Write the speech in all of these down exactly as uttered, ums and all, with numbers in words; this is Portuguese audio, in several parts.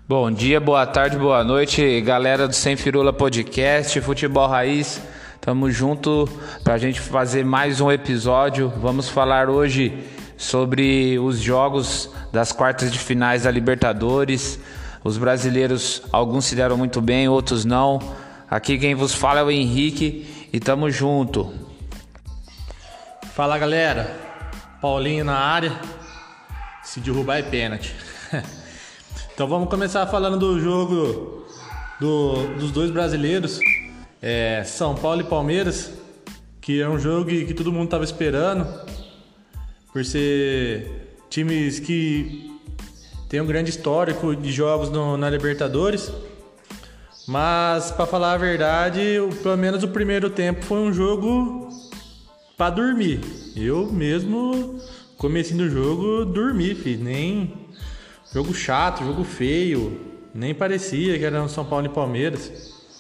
Bom dia, boa tarde, boa noite, galera do Sem Firula Podcast, Futebol Raiz. Tamo junto pra gente fazer mais um episódio. Vamos falar hoje sobre os jogos das quartas de finais da Libertadores. Os brasileiros, alguns se deram muito bem, outros não. Aqui quem vos fala é o Henrique e tamo junto. Fala, galera, Paulinho na área. Se derrubar é pênalti. Então vamos começar falando do jogo do, dos dois brasileiros, é, São Paulo e Palmeiras, que é um jogo que, que todo mundo estava esperando, por ser times que têm um grande histórico de jogos no, na Libertadores. Mas, para falar a verdade, o, pelo menos o primeiro tempo foi um jogo para dormir. Eu mesmo, comecinho do jogo, dormi, filho. Nem... Jogo chato, jogo feio. Nem parecia que era um São Paulo e Palmeiras.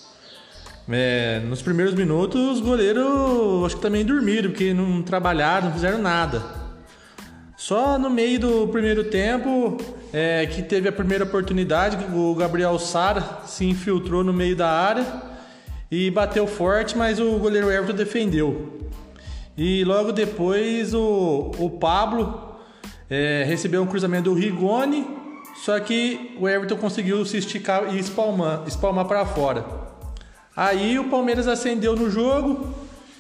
É, nos primeiros minutos, os goleiros acho que também dormiram, porque não trabalharam, não fizeram nada. Só no meio do primeiro tempo, é, que teve a primeira oportunidade, o Gabriel Sara se infiltrou no meio da área e bateu forte, mas o goleiro Everton defendeu. E logo depois o, o Pablo é, recebeu um cruzamento do Rigoni, só que o Everton conseguiu se esticar e espalmar, espalmar para fora. Aí o Palmeiras acendeu no jogo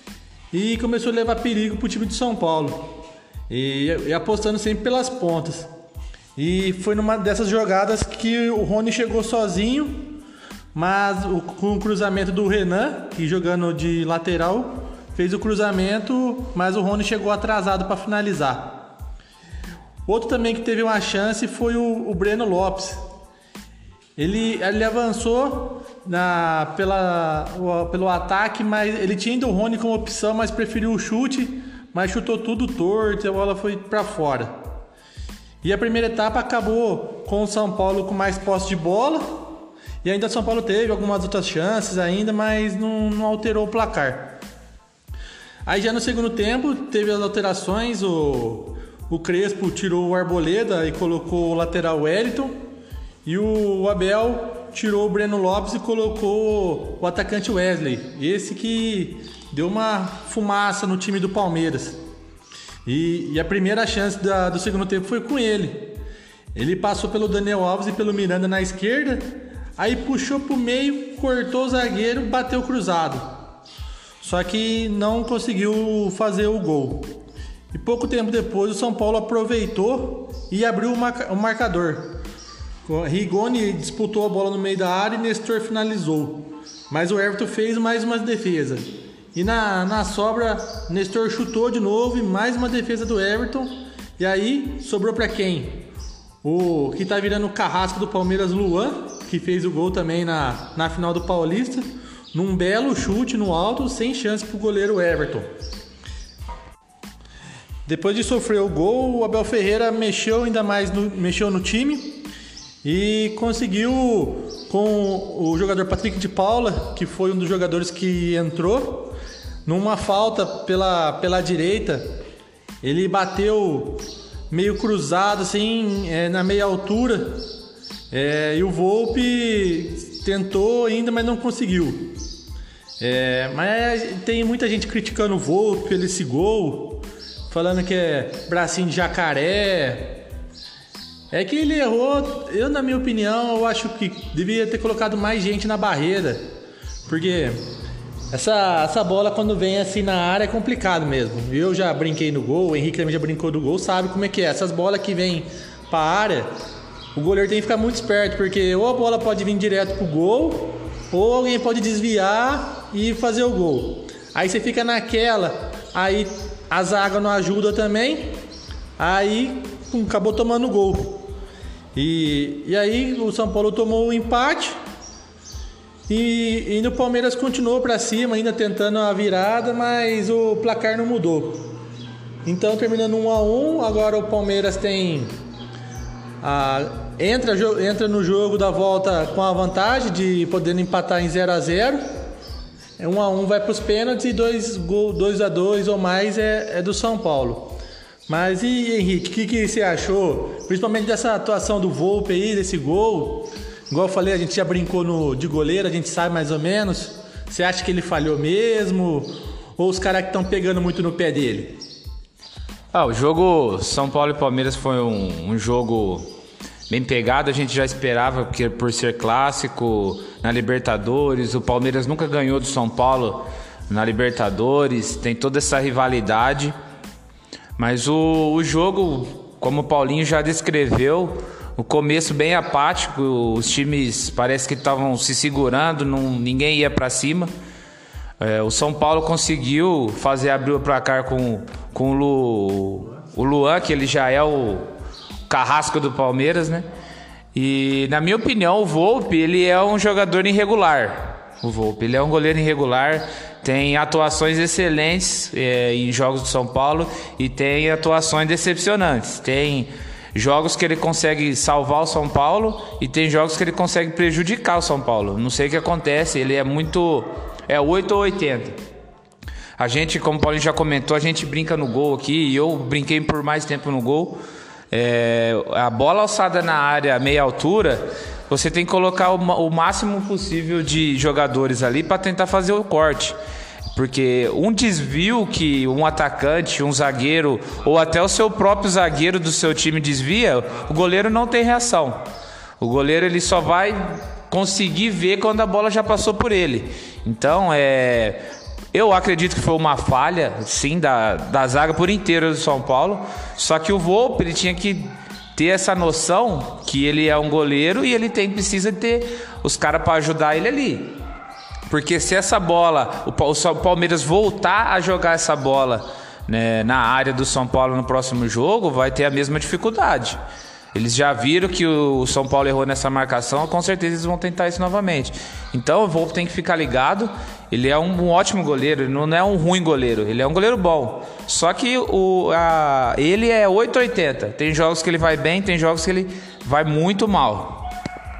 e começou a levar perigo para o time de São Paulo. E, e apostando sempre pelas pontas. E foi numa dessas jogadas que o Rony chegou sozinho, mas o, com o cruzamento do Renan, que jogando de lateral, fez o cruzamento, mas o Rony chegou atrasado para finalizar. Outro também que teve uma chance foi o, o Breno Lopes. Ele, ele avançou na, pela, o, pelo ataque, mas ele tinha ainda o Rony como opção, mas preferiu o chute, mas chutou tudo torto e a bola foi para fora. E a primeira etapa acabou com o São Paulo com mais posse de bola, e ainda o São Paulo teve algumas outras chances ainda, mas não, não alterou o placar. Aí já no segundo tempo teve as alterações, o, o Crespo tirou o Arboleda e colocou o lateral Wellington, e o Abel tirou o Breno Lopes e colocou o atacante Wesley, esse que deu uma fumaça no time do Palmeiras. E, e a primeira chance da, do segundo tempo foi com ele. Ele passou pelo Daniel Alves e pelo Miranda na esquerda, aí puxou pro meio, cortou o zagueiro, bateu cruzado. Só que não conseguiu fazer o gol. E pouco tempo depois o São Paulo aproveitou e abriu o, marca, o marcador. Rigoni disputou a bola no meio da área e Nestor finalizou. Mas o Everton fez mais uma defesa. E na, na sobra, Nestor chutou de novo e mais uma defesa do Everton. E aí, sobrou para quem? O que tá virando o carrasco do Palmeiras, Luan, que fez o gol também na, na final do Paulista. Num belo chute no alto, sem chance pro goleiro Everton. Depois de sofrer o gol, o Abel Ferreira mexeu ainda mais no, mexeu no time. E conseguiu, com o jogador Patrick de Paula, que foi um dos jogadores que entrou, numa falta pela, pela direita, ele bateu meio cruzado, assim, é, na meia altura, é, e o Volpi tentou ainda, mas não conseguiu. É, mas tem muita gente criticando o Volpi pelo esse gol, falando que é bracinho de jacaré. É que ele errou, eu na minha opinião, eu acho que devia ter colocado mais gente na barreira. Porque essa, essa bola quando vem assim na área é complicado mesmo. Eu já brinquei no gol, o Henrique também já brincou do gol, sabe como é que é. Essas bolas que vêm pra área, o goleiro tem que ficar muito esperto, porque ou a bola pode vir direto pro gol, ou alguém pode desviar e fazer o gol. Aí você fica naquela, aí a zaga não ajuda também, aí pum, acabou tomando gol. E, e aí o São Paulo tomou o um empate e, e o Palmeiras continuou para cima, ainda tentando a virada, mas o placar não mudou. Então terminando um a um, agora o Palmeiras tem a, entra, entra no jogo da volta com a vantagem de podendo empatar em zero a zero. um a um vai para os pênaltis e dois a dois ou mais é, é do São Paulo. Mas e Henrique, o que, que você achou? Principalmente dessa atuação do Volpi aí, desse gol. igual eu falei, a gente já brincou no, de goleiro, a gente sabe mais ou menos. Você acha que ele falhou mesmo? Ou os caras que estão pegando muito no pé dele? Ah, o jogo São Paulo e Palmeiras foi um, um jogo bem pegado. A gente já esperava, porque por ser clássico na Libertadores, o Palmeiras nunca ganhou do São Paulo na Libertadores, tem toda essa rivalidade. Mas o, o jogo, como o Paulinho já descreveu, o começo bem apático, os times parece que estavam se segurando, não, ninguém ia para cima. É, o São Paulo conseguiu fazer abrir o placar com, com o, Lu, o Luan, que ele já é o carrasco do Palmeiras, né? E na minha opinião, o Volpi, ele é um jogador irregular. O Volpi, ele é um goleiro irregular, tem atuações excelentes é, em jogos do São Paulo e tem atuações decepcionantes. Tem jogos que ele consegue salvar o São Paulo e tem jogos que ele consegue prejudicar o São Paulo. Não sei o que acontece, ele é muito... é oito ou oitenta. A gente, como o Paulinho já comentou, a gente brinca no gol aqui, e eu brinquei por mais tempo no gol. É, a bola alçada na área, meia altura, você tem que colocar o, o máximo possível de jogadores ali para tentar fazer o corte. Porque um desvio que um atacante, um zagueiro ou até o seu próprio zagueiro do seu time desvia, o goleiro não tem reação. O goleiro ele só vai conseguir ver quando a bola já passou por ele. Então, é, eu acredito que foi uma falha, sim, da, da zaga por inteiro do São Paulo. Só que o Volpi, ele tinha que ter essa noção que ele é um goleiro e ele tem, precisa ter os caras para ajudar ele ali. Porque se essa bola, o, o Palmeiras voltar a jogar essa bola, né, na área do São Paulo no próximo jogo, vai ter a mesma dificuldade. Eles já viram que o São Paulo errou nessa marcação, com certeza eles vão tentar isso novamente. Então o Volpi tem que ficar ligado. Ele é um, um ótimo goleiro, ele não é um ruim goleiro, ele é um goleiro bom. Só que o, a, ele é oito ou oitenta. Tem jogos que ele vai bem, tem jogos que ele vai muito mal.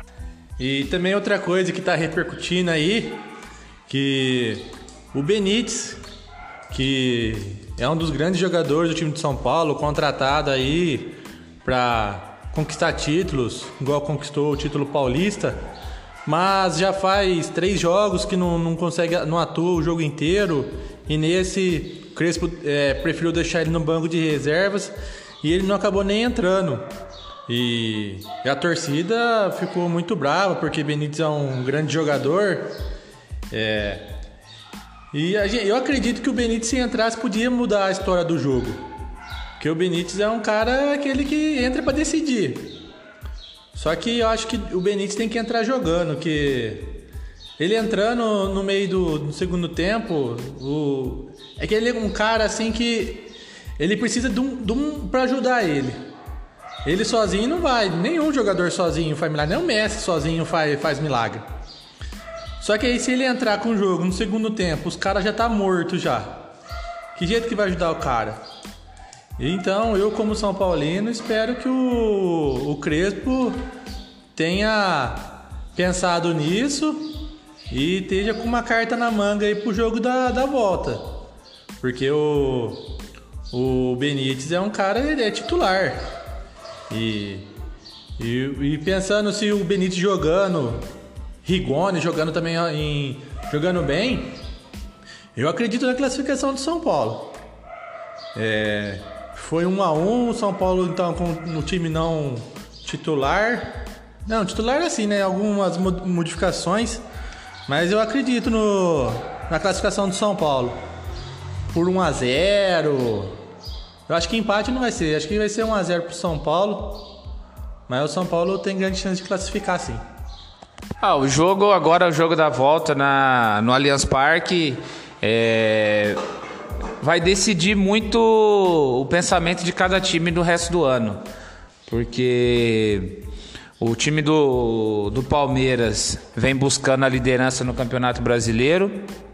E também outra coisa que está repercutindo aí, que o Benítez, que é um dos grandes jogadores do time de São Paulo, contratado aí para conquistar títulos, igual conquistou o título paulista, mas já faz três jogos que não, não consegue, não atua o jogo inteiro, e nesse Crespo é, preferiu deixar ele no banco de reservas e ele não acabou nem entrando. E a torcida ficou muito brava porque Benítez é um grande jogador. É, e a gente, eu acredito que o Benítez, se entrasse, podia mudar a história do jogo. Porque o Benítez é um cara aquele que entra para decidir. Só que eu acho que o Benítez tem que entrar jogando, que ele entrando no meio do no segundo tempo, o, é que ele é um cara assim que ele precisa de um, de um para ajudar ele. Ele sozinho não vai, nenhum jogador sozinho faz milagre, nem o Messi sozinho faz, faz milagre. Só que aí, se ele entrar com o jogo no segundo tempo, os caras já tá morto já. Que jeito que vai ajudar o cara? Então, eu como São Paulino, espero que o, o Crespo tenha pensado nisso e esteja com uma carta na manga aí pro jogo da, da volta. Porque o, o Benítez é um cara, ele é titular. E, e, e pensando se o Benítez jogando, Rigoni jogando também em, jogando bem, eu acredito na classificação do São Paulo. É, foi um a um, o São Paulo então com o time não titular. Não, titular assim, né? Algumas modificações, mas eu acredito no, na classificação do São Paulo. Por um a zero. Eu acho que empate não vai ser, acho que vai ser um a zero pro São Paulo. Mas o São Paulo tem grande chance de classificar, sim. Ah, o jogo agora, o jogo da volta na, no Allianz Parque, é, vai decidir muito o pensamento de cada time do resto do ano. Porque o time do, do Palmeiras vem buscando a liderança no Campeonato Brasileiro.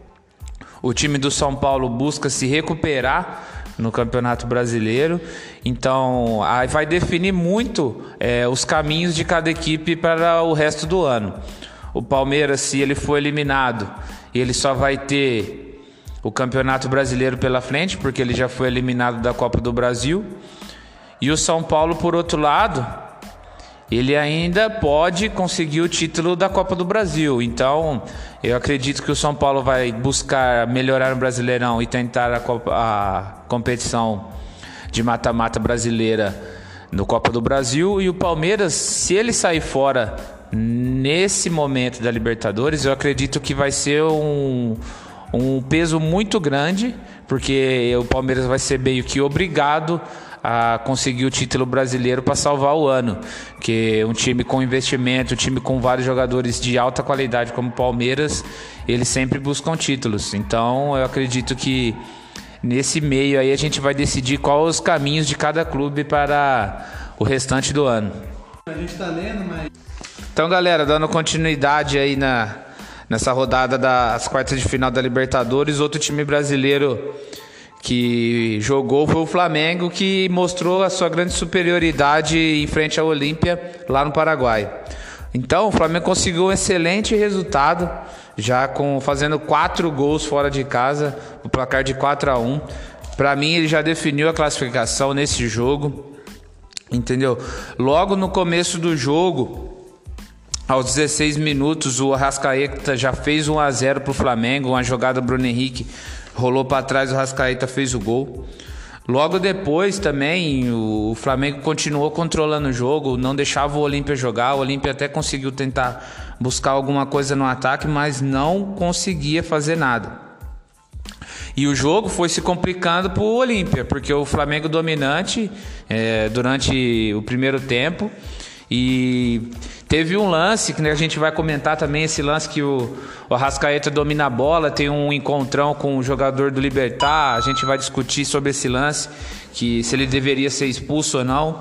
O time do São Paulo busca se recuperar no Campeonato Brasileiro. Então, aí vai definir muito é, os caminhos de cada equipe para o resto do ano. O Palmeiras, se ele for eliminado, ele só vai ter o Campeonato Brasileiro pela frente, porque ele já foi eliminado da Copa do Brasil. E o São Paulo, por outro lado, ele ainda pode conseguir o título da Copa do Brasil. Então, eu acredito que o São Paulo vai buscar melhorar no Brasileirão e tentar a, Copa, a competição de mata-mata brasileira no Copa do Brasil. E o Palmeiras, se ele sair fora nesse momento da Libertadores, eu acredito que vai ser um, um peso muito grande, porque o Palmeiras vai ser meio que obrigado a conseguir o título brasileiro para salvar o ano, que um time com investimento, um time com vários jogadores de alta qualidade como o Palmeiras, eles sempre buscam títulos. Então eu acredito que nesse meio aí a gente vai decidir quais os caminhos de cada clube para o restante do ano. A gente tá lendo, mas... Então, galera, dando continuidade aí na, nessa rodada das quartas de final da Libertadores, outro time brasileiro que jogou foi o Flamengo, que mostrou a sua grande superioridade em frente ao Olímpia, lá no Paraguai. Então, o Flamengo conseguiu um excelente resultado, já com, fazendo quatro gols fora de casa, o placar de quatro a um. Para mim, ele já definiu a classificação nesse jogo, entendeu? Logo no começo do jogo, aos dezesseis minutos, o Arrascaeta já fez um a zero para o Flamengo, uma jogada do Bruno Henrique rolou para trás, o Arrascaeta fez o gol. Logo depois também o Flamengo continuou controlando o jogo, não deixava o Olímpia jogar. O Olímpia até conseguiu tentar buscar alguma coisa no ataque, mas não conseguia fazer nada. E o jogo foi se complicando para o Olímpia, porque o Flamengo dominante é, durante o primeiro tempo. E teve um lance que a gente vai comentar também, esse lance que o, o Arrascaeta domina a bola, tem um encontrão com o jogador do Libertad. A gente vai discutir sobre esse lance, que se ele deveria ser expulso ou não.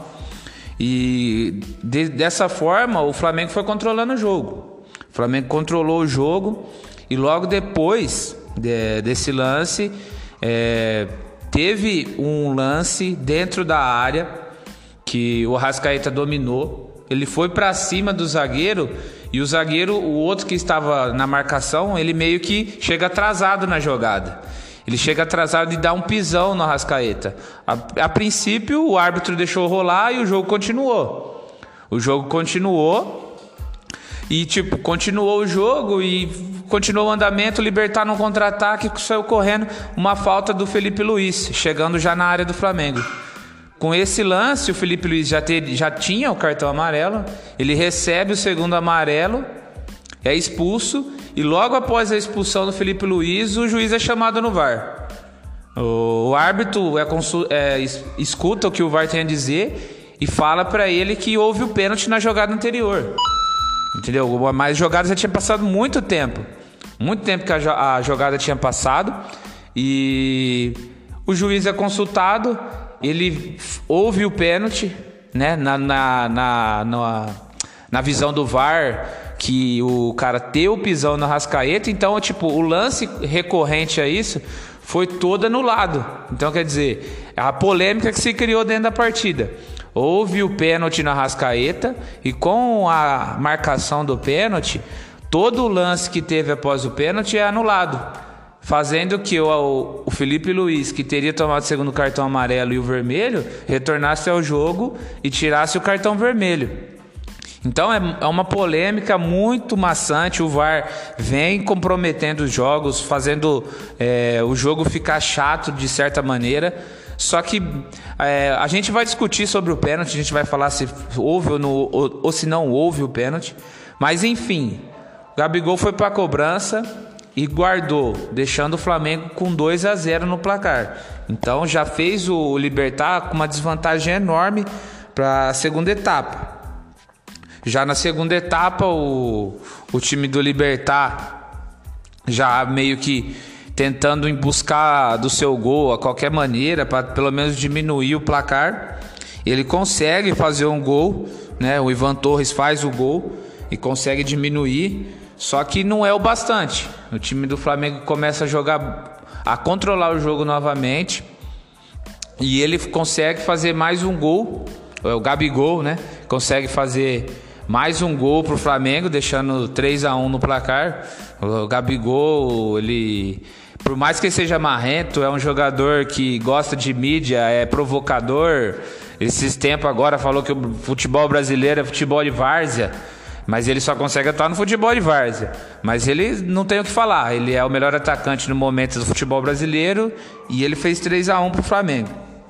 E de, dessa forma o Flamengo foi controlando o jogo. O Flamengo controlou o jogo e logo depois de, desse lance é, teve um lance dentro da área que o Arrascaeta dominou. Ele foi para cima do zagueiro e o zagueiro, o outro que estava na marcação, ele meio que chega atrasado na jogada. Ele chega atrasado e dá um pisão no Arrascaeta. A, a princípio, o árbitro deixou rolar e o jogo continuou. O jogo continuou e, tipo, continuou o jogo e continuou o andamento. O Libertad no contra-ataque, saiu correndo uma falta do Felipe Luiz, chegando já na área do Flamengo. Com esse lance, o Felipe Luiz já, ter, já tinha o cartão amarelo, ele recebe o segundo amarelo, é expulso, e logo após a expulsão do Felipe Luiz, o juiz é chamado no V A R. O, o árbitro é, é, escuta o que o V A R tem a dizer e fala para ele que houve o pênalti na jogada anterior. Entendeu? Mas a jogada já tinha passado muito tempo. Muito tempo que a, a jogada tinha passado, e o juiz é consultado. Ele ouve o pênalti, né, na, na, na, na, na visão do V A R, que o cara deu o pisão no Arrascaeta. Então, tipo, o lance recorrente a isso foi todo anulado. Então, quer dizer, a polêmica que se criou dentro da partida. Houve o pênalti no Arrascaeta e com a marcação do pênalti, todo o lance que teve após o pênalti é anulado, fazendo que o, o Felipe Luiz, que teria tomado o segundo cartão amarelo e o vermelho, retornasse ao jogo e tirasse o cartão vermelho. Então é, é uma polêmica muito maçante. O V A R vem comprometendo os jogos, fazendo é, o jogo ficar chato de certa maneira. Só que é, a gente vai discutir sobre o pênalti, a gente vai falar se houve ou, no, ou, ou se não houve o pênalti. Mas enfim, o Gabigol foi para a cobrança e guardou, deixando o Flamengo com dois a zero no placar. Então já fez o Libertad com uma desvantagem enorme para a segunda etapa. Já na segunda etapa, o, o time do Libertad já meio que tentando buscar do seu gol a qualquer maneira, para pelo menos diminuir o placar. Ele consegue fazer um gol, né? O Ivan Torres faz o gol e consegue diminuir. Só que não é o bastante. O time do Flamengo começa a jogar, a controlar o jogo novamente, e ele consegue fazer mais um gol. O Gabigol, né? Consegue fazer mais um gol pro Flamengo, deixando três a um no placar. O Gabigol, ele por mais que ele seja marrento, é um jogador que gosta de mídia, é provocador. Esses tempos agora falou que o futebol brasileiro é futebol de várzea, mas ele só consegue atuar no futebol de várzea. Mas ele não tem o que falar, ele é o melhor atacante no momento do futebol brasileiro e ele fez três a um pro Flamengo.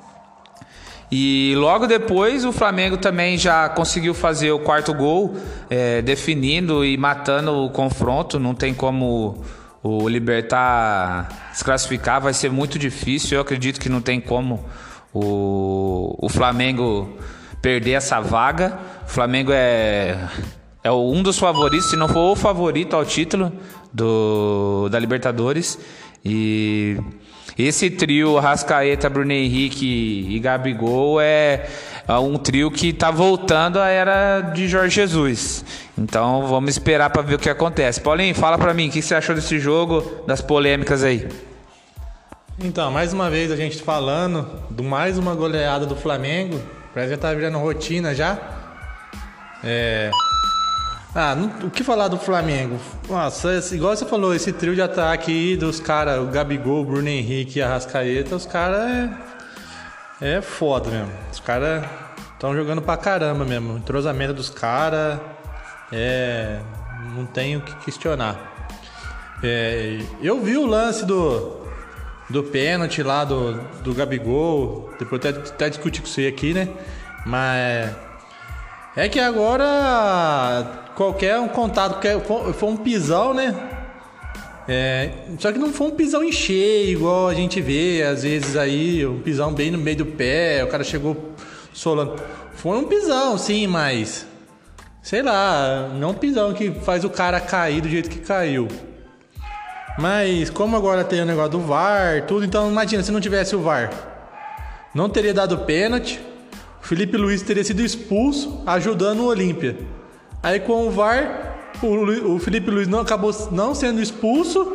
E logo depois o Flamengo também já conseguiu fazer o quarto gol, é, definindo e matando o confronto. Não tem como o Libertad se classificar, vai ser muito difícil. Eu acredito que não tem como o, o Flamengo perder essa vaga. O Flamengo é, é um dos favoritos, se não for o favorito ao título do, da Libertadores. E esse trio, Arrascaeta, Bruno Henrique e Gabigol, é um trio que está voltando à era de Jorge Jesus. Então vamos esperar para ver o que acontece. Paulinho, fala para mim, o que você achou desse jogo, das polêmicas aí? Então, mais uma vez a gente falando de mais uma goleada do Flamengo. Parece que já tá virando rotina já. É... Ah, não, o que falar do Flamengo? Nossa, esse, igual você falou, esse trio de ataque dos caras, o Gabigol, o Bruno Henrique e a Arrascaeta, os caras é, é foda mesmo. Os caras estão jogando pra caramba mesmo. O entrosamento dos caras é, não tem o que questionar. É, eu vi o lance do, do pênalti lá do, do Gabigol, depois até, até discuti com você aqui, né? Mas é que agora qualquer um contato, qualquer, foi um pisão, né? É, só que não foi um pisão em cheio, igual a gente vê às vezes aí, um pisão bem no meio do pé, o cara chegou solando. Foi um pisão, sim, mas sei lá, não um pisão que faz o cara cair do jeito que caiu. Mas como agora tem o negócio do V A R, tudo, então imagina, se não tivesse o V A R, não teria dado pênalti, o Felipe Luiz teria sido expulso ajudando o Olímpia. Aí com o V A R, o, Lu, o Felipe Luiz não, acabou não sendo expulso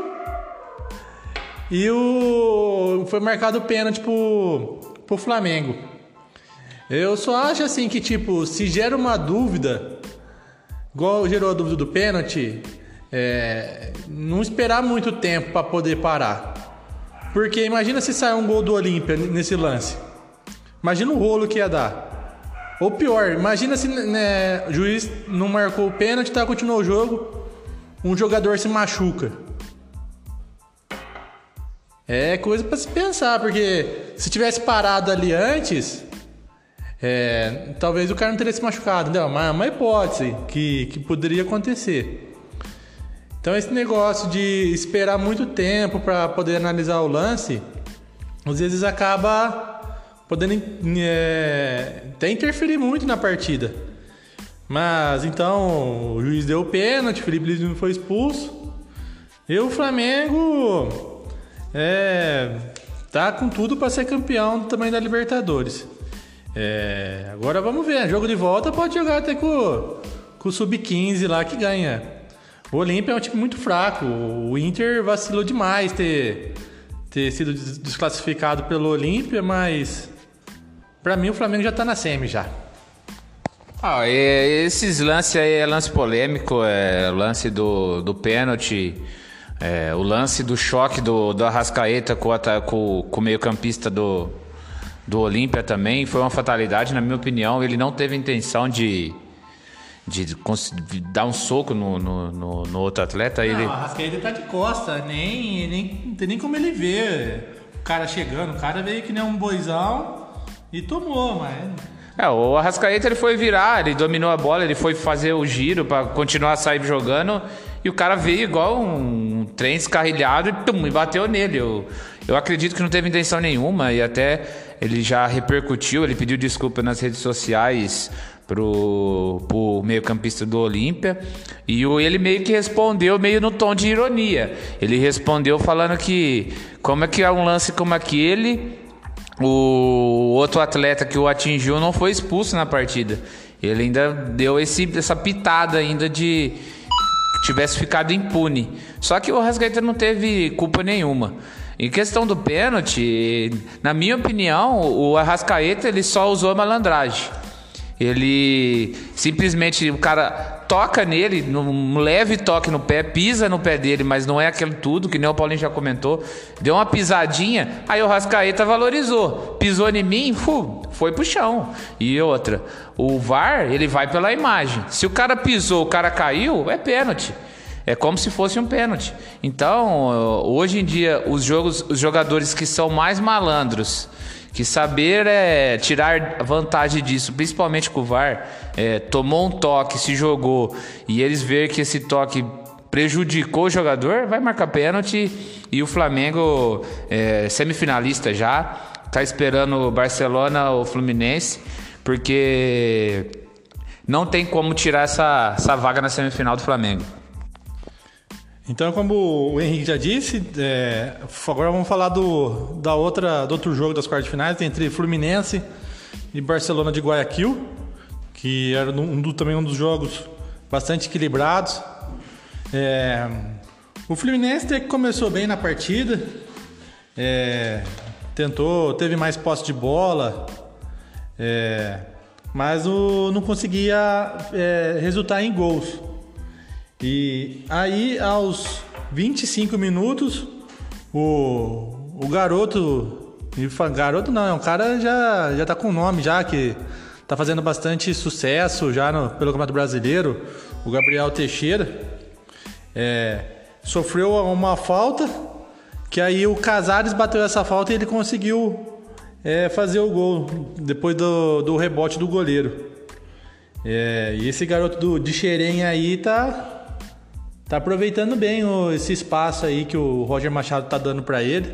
e o, foi marcado o pênalti pro, pro Flamengo. Eu só acho assim que, tipo, se gera uma dúvida, igual gerou a dúvida do pênalti, é, não esperar muito tempo para poder parar. Porque imagina se sair um gol do Olímpia nesse lance. Imagina o rolo que ia dar. Ou pior, imagina se né, o juiz não marcou o pênalti, tá, continuou o jogo, um jogador se machuca. É coisa pra se pensar, porque se tivesse parado ali antes, é, talvez o cara não teria se machucado, entendeu? Mas é uma hipótese que, que poderia acontecer. Então esse negócio de esperar muito tempo para poder analisar o lance, às vezes acaba podendo é, até interferir muito na partida. Mas então o juiz deu o pênalti, o Felipe Luiz não foi expulso. E o Flamengo é, tá com tudo para ser campeão também da Libertadores. É, agora vamos ver, jogo de volta pode jogar até com, com o sub quinze lá que ganha. O Olímpia é um time muito fraco. O Inter vacilou demais ter, ter sido desclassificado pelo Olímpia, mas pra mim o Flamengo já tá na semi já. Ah, e esses lances aí é lance polêmico, é lance do, do pênalti, é, o lance do choque do, do Arrascaeta com, com, com o meio-campista do, do Olímpia também foi uma fatalidade, na minha opinião. Ele não teve intenção de, de, de dar um soco no, no, no, no outro atleta. Não, ele... o Arrascaeta tá de costa, nem, nem, não tem nem como ele ver o cara chegando. O cara veio que nem um boizão e tomou, mas... É, o Arrascaeta ele foi virar, ele dominou a bola, ele foi fazer o giro para continuar a sair jogando e o cara veio igual um trem descarrilhado e, tum, e bateu nele. Eu, eu acredito que não teve intenção nenhuma e até ele já repercutiu, ele pediu desculpa nas redes sociais pro, pro meio-campista do Olímpia e o, ele meio que respondeu meio no tom de ironia. Ele respondeu falando que como é que é um lance como aquele... O outro atleta que o atingiu não foi expulso na partida. Ele ainda deu esse, essa pitada ainda de que tivesse ficado impune. Só que o Arrascaeta não teve culpa nenhuma. Em questão do pênalti, na minha opinião, o Arrascaeta ele só usou malandragem. Ele simplesmente, o cara toca nele, um leve toque no pé, pisa no pé dele, mas não é aquele tudo, que nem o Paulinho já comentou. Deu uma pisadinha, aí o Arrascaeta valorizou. Pisou em mim, fu, foi pro chão. E outra, o V A R, ele vai pela imagem. Se o cara pisou, o cara caiu, é pênalti. É como se fosse um pênalti. Então, hoje em dia, os, jogos, os jogadores que são mais malandros, que saber é tirar vantagem disso, principalmente com o V A R, é, tomou um toque, se jogou, e eles ver que esse toque prejudicou o jogador, vai marcar pênalti. E o Flamengo, é, semifinalista já, tá esperando o Barcelona ou o Fluminense, porque não tem como tirar essa, essa vaga na semifinal do Flamengo. Então, como o Henrique já disse, é, agora vamos falar do, da outra, do outro jogo das quartas de finais, entre Fluminense e Barcelona de Guayaquil, que era um, um, também um dos jogos bastante equilibrados. É, o Fluminense até que começou bem na partida, é, tentou, teve mais posse de bola, é, mas o, não conseguia é, resultar em gols. E aí, aos vinte e cinco minutos, o, o garoto, garoto não, é um cara já, já tá com nome já, que tá fazendo bastante sucesso já no, pelo Campeonato Brasileiro, o Gabriel Teixeira, é, sofreu uma falta, que aí o Casares bateu essa falta e ele conseguiu é, fazer o gol, depois do, do rebote do goleiro. É, e esse garoto do, de Xerém aí tá... Tá aproveitando bem o, esse espaço aí que o Roger Machado tá dando para ele.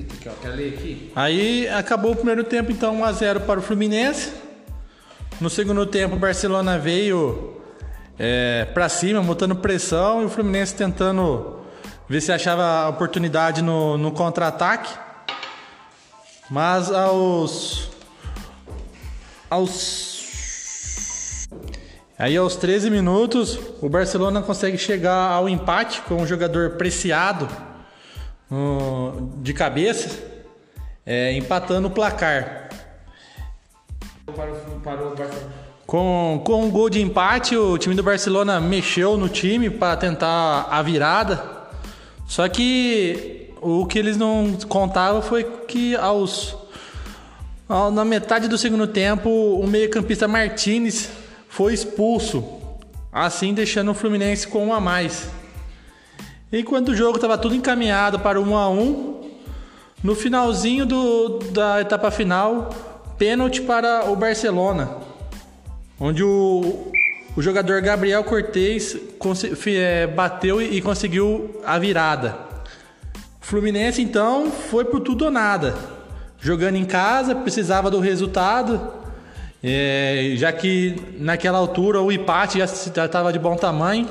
Aí acabou o primeiro tempo, então um a zero para o Fluminense. No segundo tempo o Barcelona veio é, para cima, botando pressão, e o Fluminense tentando ver se achava a oportunidade no, no contra-ataque. Mas aos... aos Aí aos treze minutos, o Barcelona consegue chegar ao empate com um jogador Preciado uh, de cabeça, é, empatando o placar. Com, com um gol de empate, o time do Barcelona mexeu no time para tentar a virada. Só que o que eles não contavam foi que aos, ao, na metade do segundo tempo, o meio-campista Martínez foi expulso, assim deixando o Fluminense com um a mais. Enquanto o jogo estava tudo encaminhado para um a um, no finalzinho do, da etapa final, pênalti para o Barcelona, onde o, o jogador Gabriel Cortez bateu e conseguiu a virada. O Fluminense então foi por tudo ou nada, jogando em casa, precisava do resultado. É, já que naquela altura o empate já estava de bom tamanho,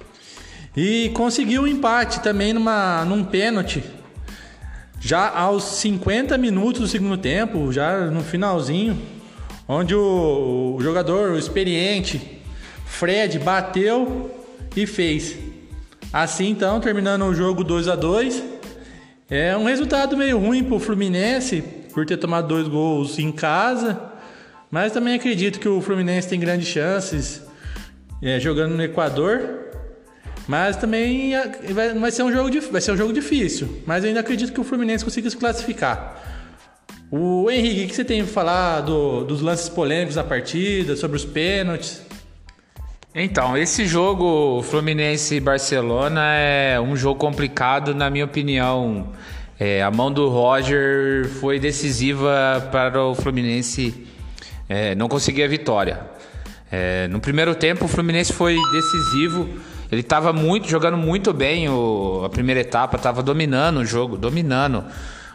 e conseguiu o empate também numa, num pênalti já aos cinquenta minutos do segundo tempo, já no finalzinho, onde o, o jogador o experiente Fred bateu e fez. Assim então, terminando o jogo dois a dois. É um resultado meio ruim para o Fluminense por ter tomado dois gols em casa. Mas também acredito que o Fluminense tem grandes chances é, jogando no Equador. Mas também vai, vai, ser um jogo, vai ser um jogo difícil. Mas eu ainda acredito que o Fluminense consiga se classificar. O Henrique, o que você tem para falar do, dos lances polêmicos da partida, sobre os pênaltis? Então, esse jogo Fluminense e Barcelona é um jogo complicado, na minha opinião. É, a mão do Roger foi decisiva para o Fluminense É, não conseguia a vitória. É, no primeiro tempo o Fluminense foi decisivo. Ele estava muito, jogando muito bem o, a primeira etapa, estava dominando o jogo, dominando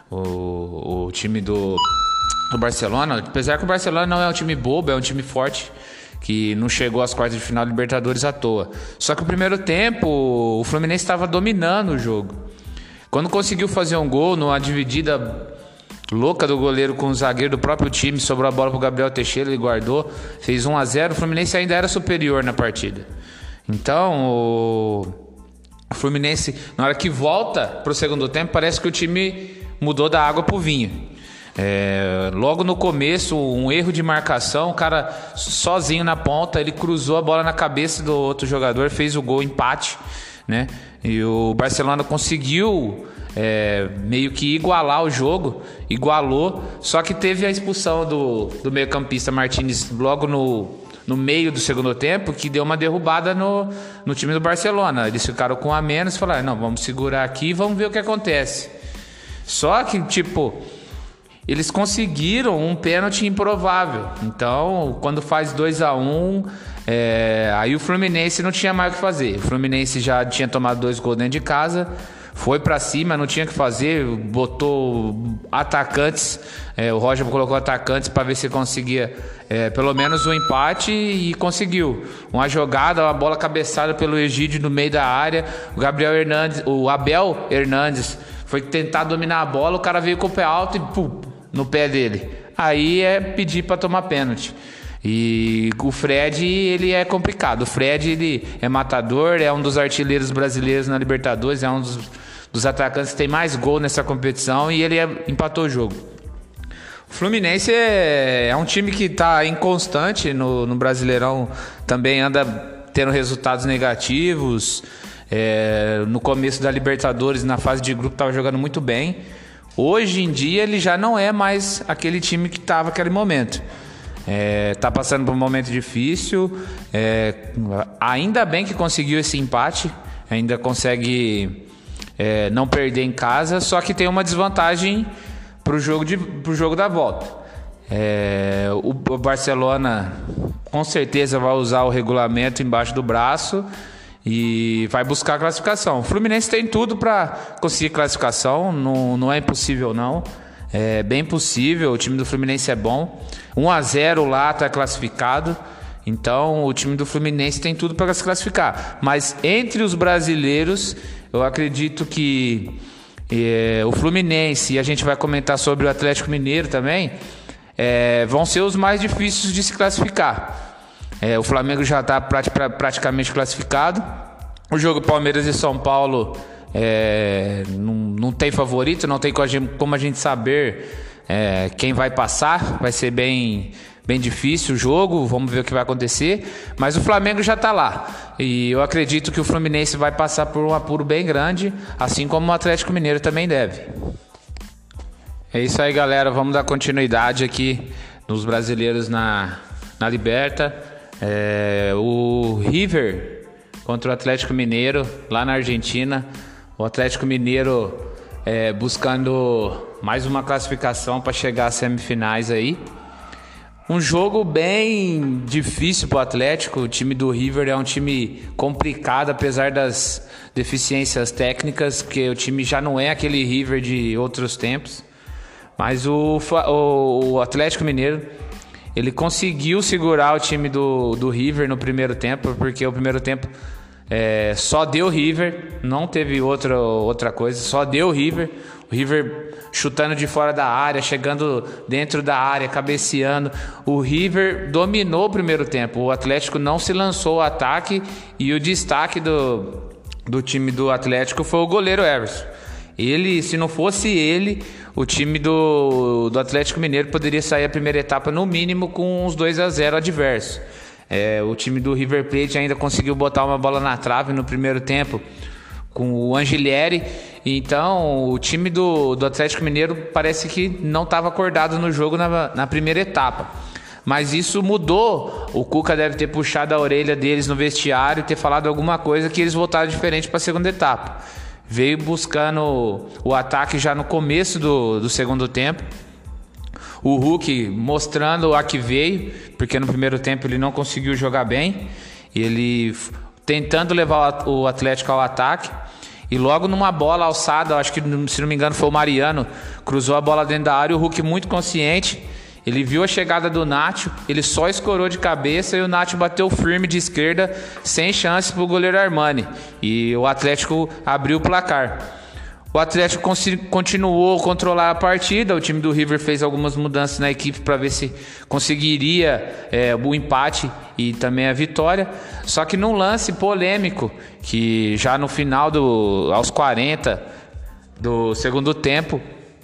o, o time do, do Barcelona. Apesar que o Barcelona não é um time bobo, é um time forte, que não chegou às quartas de final da Libertadores à toa. Só que no primeiro tempo o Fluminense estava dominando o jogo. Quando conseguiu fazer um gol numa dividida louca do goleiro com o zagueiro do próprio time, sobrou a bola pro Gabriel Teixeira, ele guardou, fez um a zero. O Fluminense ainda era superior na partida. Então o Fluminense, na hora que volta pro segundo tempo, parece que o time mudou da água pro vinho. É, logo no começo, um erro de marcação, o cara sozinho na ponta, ele cruzou a bola na cabeça do outro jogador, fez o gol, empate, né? E o Barcelona conseguiu é, meio que igualar o jogo, igualou, só que teve a expulsão do, do meio-campista Martínez logo no, no meio do segundo tempo, que deu uma derrubada no, no time do Barcelona. Eles ficaram com um a menos e falaram, não, vamos segurar aqui e vamos ver o que acontece. Só que, tipo, eles conseguiram um pênalti improvável. Então, quando faz dois a um, é, aí o Fluminense não tinha mais o que fazer. O Fluminense já tinha tomado dois gols dentro de casa, foi pra cima, não tinha o que fazer, botou atacantes, é, o Roger colocou atacantes para ver se conseguia é, pelo menos um empate e conseguiu. Uma jogada, uma bola cabeçada pelo Egídio no meio da área, o Gabriel Hernandes, o Abel Hernandes foi tentar dominar a bola, o cara veio com o pé alto e pum, no pé dele. Aí é pedir para tomar pênalti. E o Fred, ele é complicado. O Fred, ele é matador, é um dos artilheiros brasileiros na Libertadores, é um dos, dos atacantes que tem mais gol nessa competição e ele é, empatou o jogo. O Fluminense é, é um time que está inconstante no, no Brasileirão, também anda tendo resultados negativos. É, no começo da Libertadores, na fase de grupo, estava jogando muito bem. Hoje em dia ele já não é mais aquele time que estava naquele momento. É, tá passando por um momento difícil. É, ainda bem que conseguiu esse empate. Ainda consegue é, não perder em casa. Só que tem uma desvantagem pro jogo, de, pro jogo da volta. É, o, o Barcelona com certeza vai usar o regulamento embaixo do braço e vai buscar a classificação. O Fluminense tem tudo para conseguir classificação, não, não é impossível não, é bem possível, o time do Fluminense é bom, um a zero lá está classificado, então o time do Fluminense tem tudo para se classificar, mas entre os brasileiros eu acredito que é, o Fluminense, e a gente vai comentar sobre o Atlético Mineiro também, é, vão ser os mais difíceis de se classificar. É, o Flamengo já está praticamente classificado. O jogo Palmeiras e São Paulo é, não, não tem favorito, não tem como a gente saber é, quem vai passar. Vai ser bem, bem difícil o jogo, vamos ver o que vai acontecer. Mas o Flamengo já está lá. E eu acredito que o Fluminense vai passar por um apuro bem grande, assim como o Atlético Mineiro também deve. É isso aí, galera. Vamos dar continuidade aqui nos brasileiros na, na Liberta. É, o River contra o Atlético Mineiro lá na Argentina. O Atlético Mineiro é, buscando mais uma classificação para chegar às semifinais aí. Um jogo bem difícil para o Atlético. O time do River é um time complicado, apesar das deficiências técnicas, porque o time já não é aquele River de outros tempos. Mas o, o, o Atlético Mineiro, ele conseguiu segurar o time do, do River no primeiro tempo, porque o primeiro tempo é, só deu River, não teve outra, outra coisa, só deu River. O River chutando de fora da área, chegando dentro da área, cabeceando. O River dominou o primeiro tempo, o Atlético não se lançou ao ataque e o destaque do, do time do Atlético foi o goleiro Everson. Ele, se não fosse ele, o time do, do Atlético Mineiro poderia sair a primeira etapa no mínimo com uns dois a zero adversos. É, o time do River Plate ainda conseguiu botar uma bola na trave no primeiro tempo com o Angelieri. Então o time do, do Atlético Mineiro parece que não estava acordado no jogo na, na primeira etapa. Mas isso mudou. O Cuca deve ter puxado a orelha deles no vestiário e ter falado alguma coisa que eles voltaram diferente para a segunda etapa. Veio buscando o ataque já no começo do, do segundo tempo. O Hulk mostrando a que veio, porque no primeiro tempo ele não conseguiu jogar bem. Ele tentando levar o Atlético ao ataque. E logo numa bola alçada, acho que se não me engano foi o Mariano, cruzou a bola dentro da área. O Hulk muito consciente. Ele viu a chegada do Nacho, ele só escorou de cabeça e o Nacho bateu firme de esquerda, sem chance para o goleiro Armani. E o Atlético abriu o placar. O Atlético continuou a controlar a partida, o time do River fez algumas mudanças na equipe para ver se conseguiria é, o empate e também a vitória. Só que num lance polêmico, que já no final, do, aos quarenta do segundo tempo,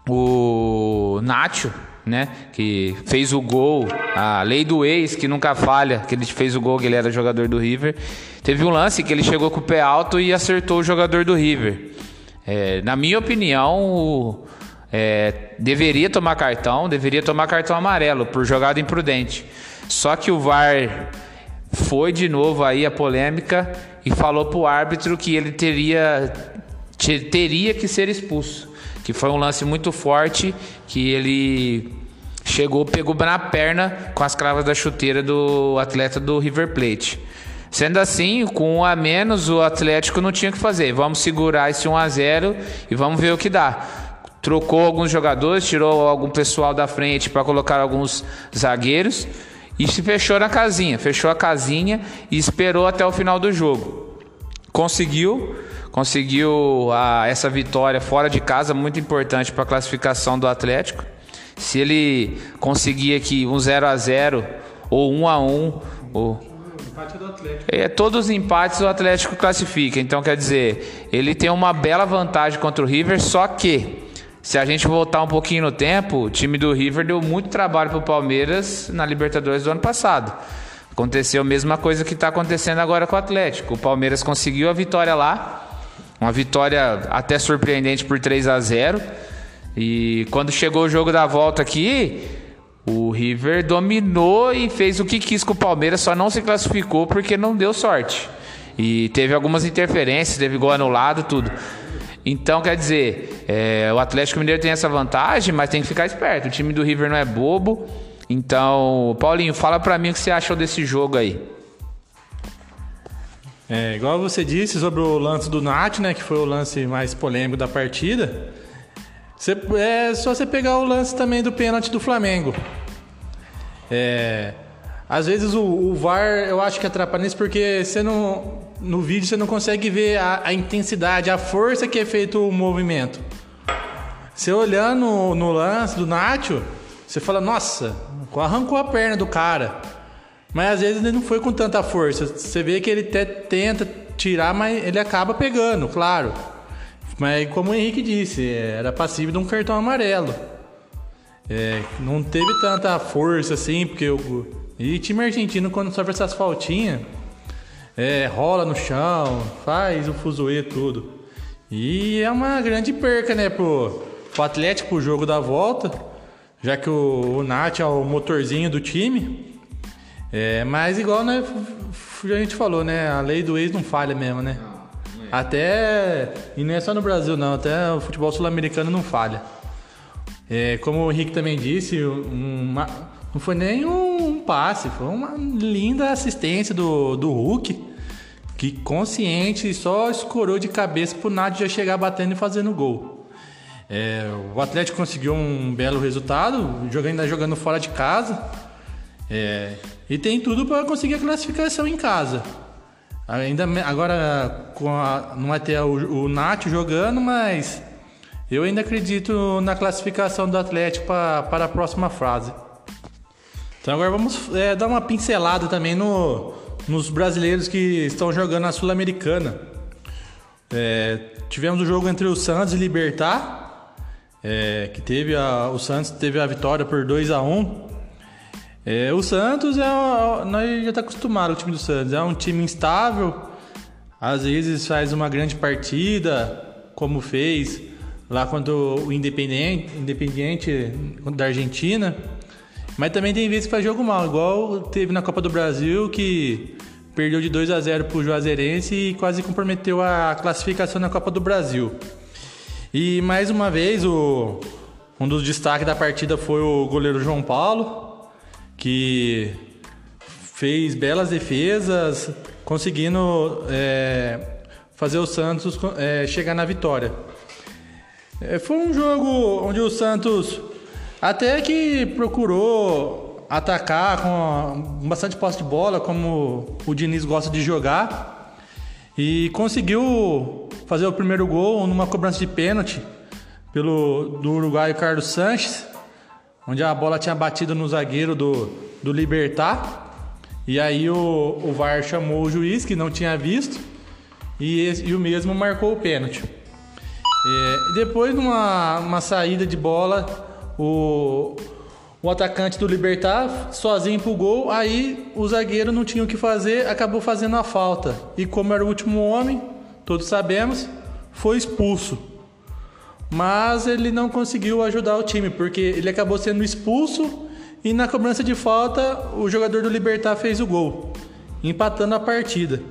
o Nacho, né, que fez o gol, a lei do ex, que nunca falha, que ele fez o gol, que ele era jogador do River. Teve um lance que ele chegou com o pé alto e acertou o jogador do River. É, na minha opinião, o, é, deveria tomar cartão, deveria tomar cartão amarelo por jogada imprudente. Só que o V A R foi de novo aí a polêmica e falou pro árbitro que ele teria, teria que ser expulso. Que foi um lance muito forte, que ele chegou, pegou na perna com as cravas da chuteira do atleta do River Plate. Sendo assim, com um a menos, o Atlético não tinha o que fazer. Vamos segurar esse um a zero e vamos ver o que dá. Trocou alguns jogadores, tirou algum pessoal da frente para colocar alguns zagueiros e se fechou na casinha. Fechou a casinha e esperou até o final do jogo. Conseguiu... Conseguiu a, essa vitória fora de casa, muito importante para a classificação do Atlético. Se ele conseguir aqui um zero a zero ou um a um, ou... empate do Atlético. É, todos os empates o Atlético classifica. Então, quer dizer, ele tem uma bela vantagem contra o River, só que, se a gente voltar um pouquinho no tempo, o time do River deu muito trabalho para o Palmeiras na Libertadores do ano passado. Aconteceu a mesma coisa que está acontecendo agora com o Atlético. O Palmeiras conseguiu a vitória lá, uma vitória até surpreendente por três a zero. E quando chegou o jogo da volta aqui, o River dominou e fez o que quis com o Palmeiras, só não se classificou porque não deu sorte. E teve algumas interferências, teve gol anulado, tudo. Então, quer dizer, é, o Atlético Mineiro tem essa vantagem, mas tem que ficar esperto. O time do River não é bobo. Então, Paulinho, fala pra mim o que você achou desse jogo aí. É, igual você disse sobre o lance do Nath, né, que foi o lance mais polêmico da partida. Você, é só você pegar o lance também do pênalti do Flamengo. É, às vezes o, o V A R eu acho que atrapalha nisso porque você não, no vídeo você não consegue ver a, a intensidade, a força que é feito o movimento. Você olhando no, no lance do Nacho, você fala, nossa, arrancou a perna do cara. Mas às vezes ele não foi com tanta força. Você vê que ele até tenta tirar, mas ele acaba pegando, claro. Mas como o Henrique disse, era passível de um cartão amarelo. É, não teve tanta força assim, porque o e time argentino, quando sofre essas faltinhas, é, rola no chão, faz o fuzuê tudo. E é uma grande perca, né, pro, pro Atlético, pro jogo da volta, já que o, o Nath é o motorzinho do time. É, mas igual, né, a gente falou, né, a lei do ex não falha mesmo, né? Não, não é. Até, e não é só no Brasil não, até o futebol sul-americano não falha. É, como o Henrique também disse, uma, não foi nem um passe, foi uma linda assistência do, do Hulk, que consciente só escorou de cabeça pro Nath já chegar batendo e fazendo gol. É, o Atlético conseguiu um belo resultado, jogando, ainda jogando fora de casa. É, e tem tudo para conseguir a classificação em casa. Ainda agora com a, não vai ter o, o Nath jogando, mas eu ainda acredito na classificação do Atlético pra, para a próxima fase. Então agora vamos é, dar uma pincelada também no, nos brasileiros que estão jogando na Sul-Americana. É, tivemos o jogo entre o Santos e Libertad, é, que teve a, o Santos teve a vitória por dois a um. É, o Santos, é nós já está acostumado, o time do Santos é um time instável, às vezes faz uma grande partida, como fez lá contra o Independiente, Independiente da Argentina, mas também tem vezes que faz jogo mal, igual teve na Copa do Brasil, que perdeu de dois a zero para o Juazeirense e quase comprometeu a classificação na Copa do Brasil. E mais uma vez, o, um dos destaques da partida foi o goleiro João Paulo, que fez belas defesas, conseguindo é, fazer o Santos é, chegar na vitória. É, foi um jogo onde o Santos até que procurou atacar com bastante posse de bola, como o Diniz gosta de jogar, e conseguiu fazer o primeiro gol numa cobrança de pênalti pelo, do uruguaio Carlos Sanches, onde a bola tinha batido no zagueiro do, do Libertad. E aí o, o V A R chamou o juiz, que não tinha visto, e, esse, e o mesmo marcou o pênalti. É, depois de uma, uma saída de bola, o, o atacante do Libertad sozinho pro gol, aí o zagueiro não tinha o que fazer, acabou fazendo a falta. E como era o último homem, todos sabemos, foi expulso. Mas ele não conseguiu ajudar o time, porque ele acabou sendo expulso e na cobrança de falta o jogador do Libertad fez o gol, empatando a partida.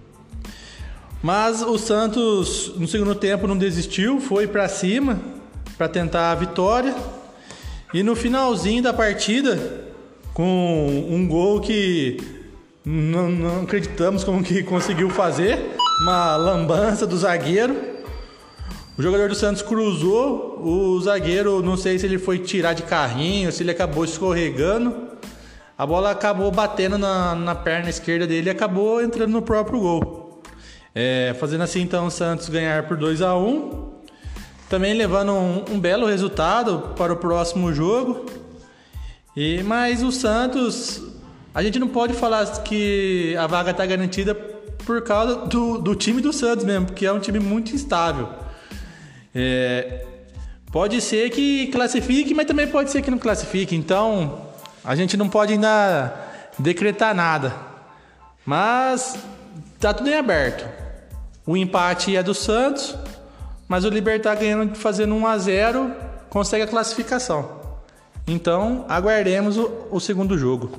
Mas o Santos no segundo tempo não desistiu, foi para cima para tentar a vitória. E no finalzinho da partida, com um gol que não, não acreditamos como que conseguiu fazer, uma lambança do zagueiro, o jogador do Santos cruzou, o zagueiro, não sei se ele foi tirar de carrinho, se ele acabou escorregando, a bola acabou batendo na, na perna esquerda dele e acabou entrando no próprio gol. É, fazendo assim então o Santos ganhar por dois a um, também levando um, um belo resultado para o próximo jogo. E, mas o Santos, a gente não pode falar que a vaga está garantida por causa do, do time do Santos mesmo, porque é um time muito instável. É, pode ser que classifique, mas também pode ser que não classifique, então a gente não pode ainda decretar nada, mas tá tudo em aberto. O empate é do Santos, mas o Libertad ganhando, fazendo um a zero, consegue a classificação. Então, aguardemos o, o segundo jogo.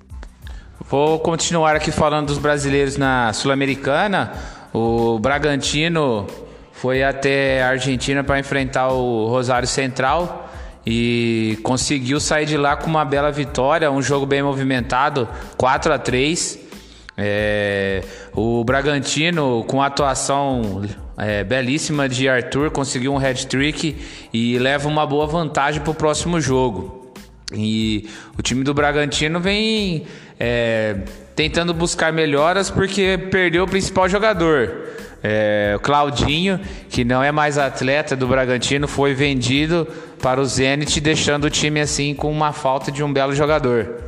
Vou continuar aqui falando dos brasileiros na Sul-Americana. O Bragantino foi até a Argentina para enfrentar o Rosário Central e conseguiu sair de lá com uma bela vitória, um jogo bem movimentado, quatro a três. É, o Bragantino, com a atuação é, belíssima de Arthur, conseguiu um hat-trick e leva uma boa vantagem para o próximo jogo. E o time do Bragantino vem é, tentando buscar melhoras porque perdeu o principal jogador. É, o Claudinho, que não é mais atleta do Bragantino, foi vendido para o Zenit, deixando o time assim com uma falta de um belo jogador.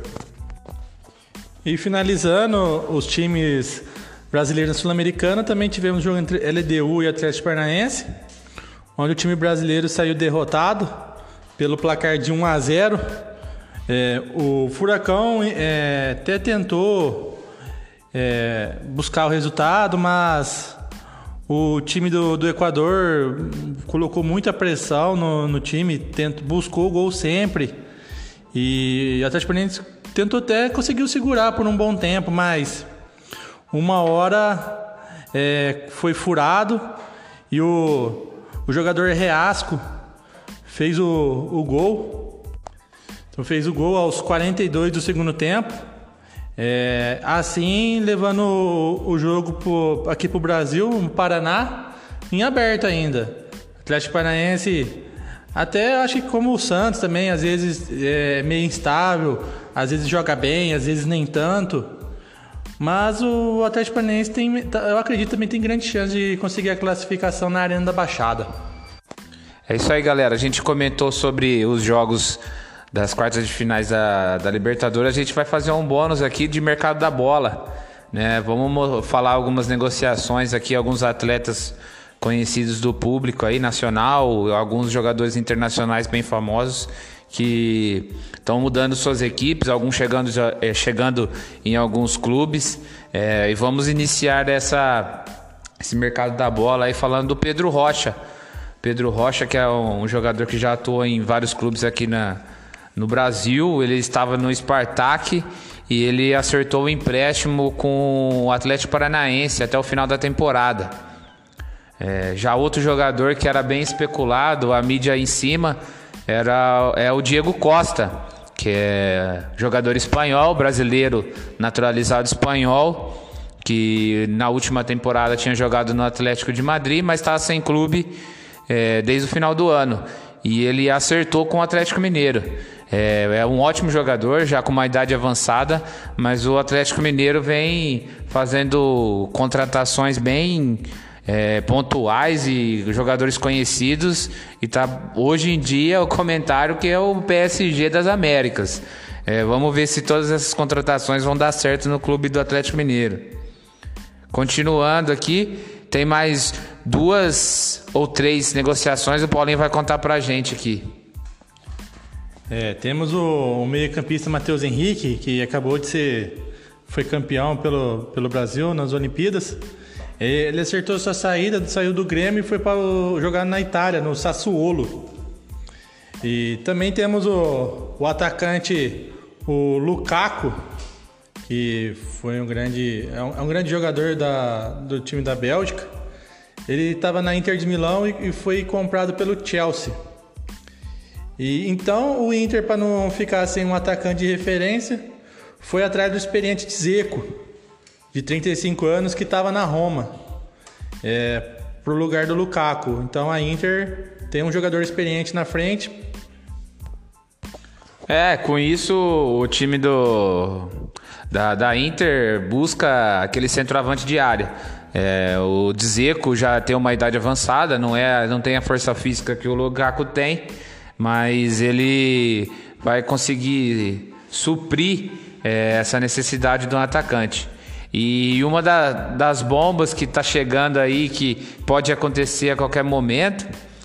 E finalizando os times brasileiros na Sul-Americana, também tivemos jogo entre L D U e Atlético Paranaense, onde o time brasileiro saiu derrotado pelo placar de um a zero. É, o Furacão é, até tentou é, buscar o resultado, mas o time do, do Equador colocou muita pressão no, no time, tentou, buscou o gol sempre. E o Atlético Paranaense tentou até, conseguiu segurar por um bom tempo, mas uma hora é, foi furado e o, o jogador Reasco fez o, o gol. Então fez o gol aos quarenta e dois do segundo tempo. É, assim, levando o, o jogo pro, aqui para o Brasil, no Paraná, em aberto ainda. Atlético Paranaense, até acho que como o Santos também, às vezes é meio instável, às vezes joga bem, às vezes nem tanto. Mas o Atlético Paranaense tem, eu acredito, também tem grande chance de conseguir a classificação na Arena da Baixada. É isso aí, galera. A gente comentou sobre os jogos das quartas de finais da, da Libertadores. A gente vai fazer um bônus aqui de mercado da bola, né? Vamos falar algumas negociações aqui, alguns atletas conhecidos do público aí, nacional, alguns jogadores internacionais bem famosos que estão mudando suas equipes, alguns chegando, chegando em alguns clubes, é, e vamos iniciar essa, esse mercado da bola aí falando do Pedro Rocha. Pedro Rocha, que é um jogador que já atuou em vários clubes aqui na, no Brasil. Ele estava no Spartak e ele acertou o empréstimo com o Atlético Paranaense até o final da temporada. É, já outro jogador que era bem especulado, a mídia em cima, era, é o Diego Costa, que é jogador espanhol, brasileiro naturalizado espanhol, que na última temporada tinha jogado no Atlético de Madrid, mas estava sem clube é, desde o final do ano. E ele acertou com o Atlético Mineiro. É, é um ótimo jogador, já com uma idade avançada, mas o Atlético Mineiro vem fazendo contratações bem É, pontuais e jogadores conhecidos, e tá hoje em dia o comentário que é o P S G das Américas. É, vamos ver se todas essas contratações vão dar certo no clube do Atlético Mineiro. Continuando aqui, tem mais duas ou três negociações, o Paulinho vai contar pra gente aqui. É, temos o, o meio-campista Matheus Henrique, que acabou de ser foi campeão pelo, pelo Brasil nas Olimpíadas. Ele acertou sua saída, saiu do Grêmio e foi para jogar na Itália, no Sassuolo. E também temos o, o atacante, o Lukaku, que foi um grande, é um, é um grande jogador da, do time da Bélgica. Ele estava na Inter de Milão e, e foi comprado pelo Chelsea. E então o Inter, para não ficar sem um atacante de referência, foi atrás do experiente Dzeko, de trinta e cinco anos, que estava na Roma, é, pro lugar do Lukaku. Então a Inter tem um jogador experiente na frente. É, com isso o time do da, da Inter busca aquele centroavante de área. É, o Dzeko já tem uma idade avançada, não, é, não tem a força física que o Lukaku tem, mas ele vai conseguir suprir é, essa necessidade do atacante. E uma da, das bombas que está chegando aí, que pode acontecer a qualquer momento,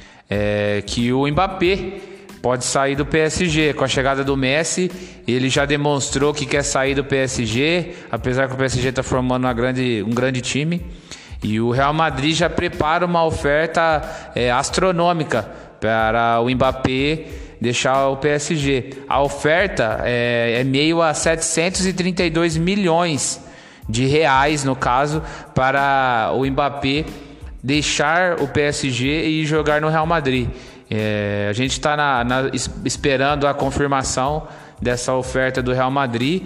é que o Mbappé pode sair do P S G. Com a chegada do Messi, ele já demonstrou que quer sair do P S G, apesar que o P S G está formando uma grande, um grande time. E o Real Madrid já prepara uma oferta é, astronômica para o Mbappé deixar o P S G. A oferta é, é meio a setecentos e trinta e dois milhões de reais, no caso, para o Mbappé deixar o P S G e jogar no Real Madrid. É, a gente está esperando a confirmação dessa oferta do Real Madrid,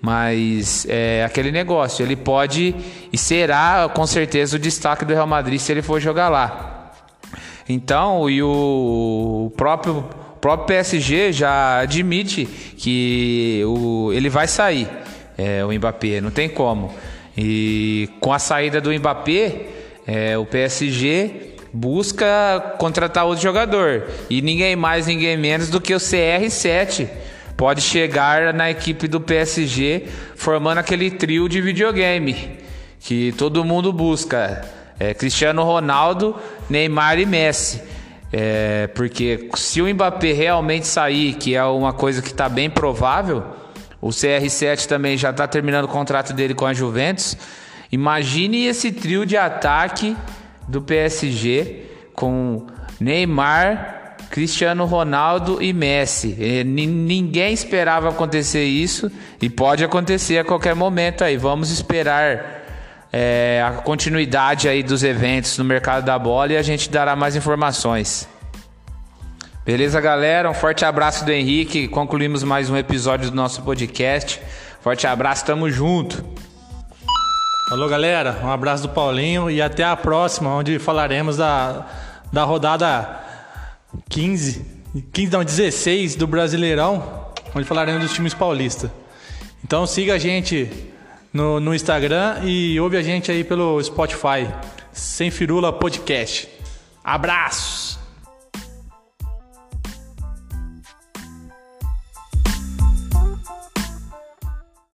mas é aquele negócio, ele pode e será com certeza o destaque do Real Madrid se ele for jogar lá. Então, e o próprio, o próprio P S G já admite que o, ele vai sair, é, o Mbappé, não tem como. E com a saída do Mbappé, é, o P S G busca contratar outro jogador. E ninguém mais, ninguém menos do que o C R sete pode chegar na equipe do P S G, formando aquele trio de videogame que todo mundo busca. É, Cristiano Ronaldo, Neymar e Messi. É, porque se o Mbappé realmente sair, que é uma coisa que está bem provável, o C R sete também já está terminando o contrato dele com a Juventus. Imagine esse trio de ataque do P S G com Neymar, Cristiano Ronaldo e Messi. E ninguém esperava acontecer isso e pode acontecer a qualquer momento aí. Vamos esperar É, a continuidade aí dos eventos no mercado da bola e a gente dará mais informações. Beleza, galera? Um forte abraço do Henrique. Concluímos mais um episódio do nosso podcast. Forte abraço, tamo junto. Falou, galera. Um abraço do Paulinho e até a próxima, onde falaremos da, da rodada quinze, quinze não, dezesseis do Brasileirão, onde falaremos dos times paulistas. Então siga a gente No, no Instagram e ouve a gente aí pelo Spotify, Sem Firula Podcast. Abraços!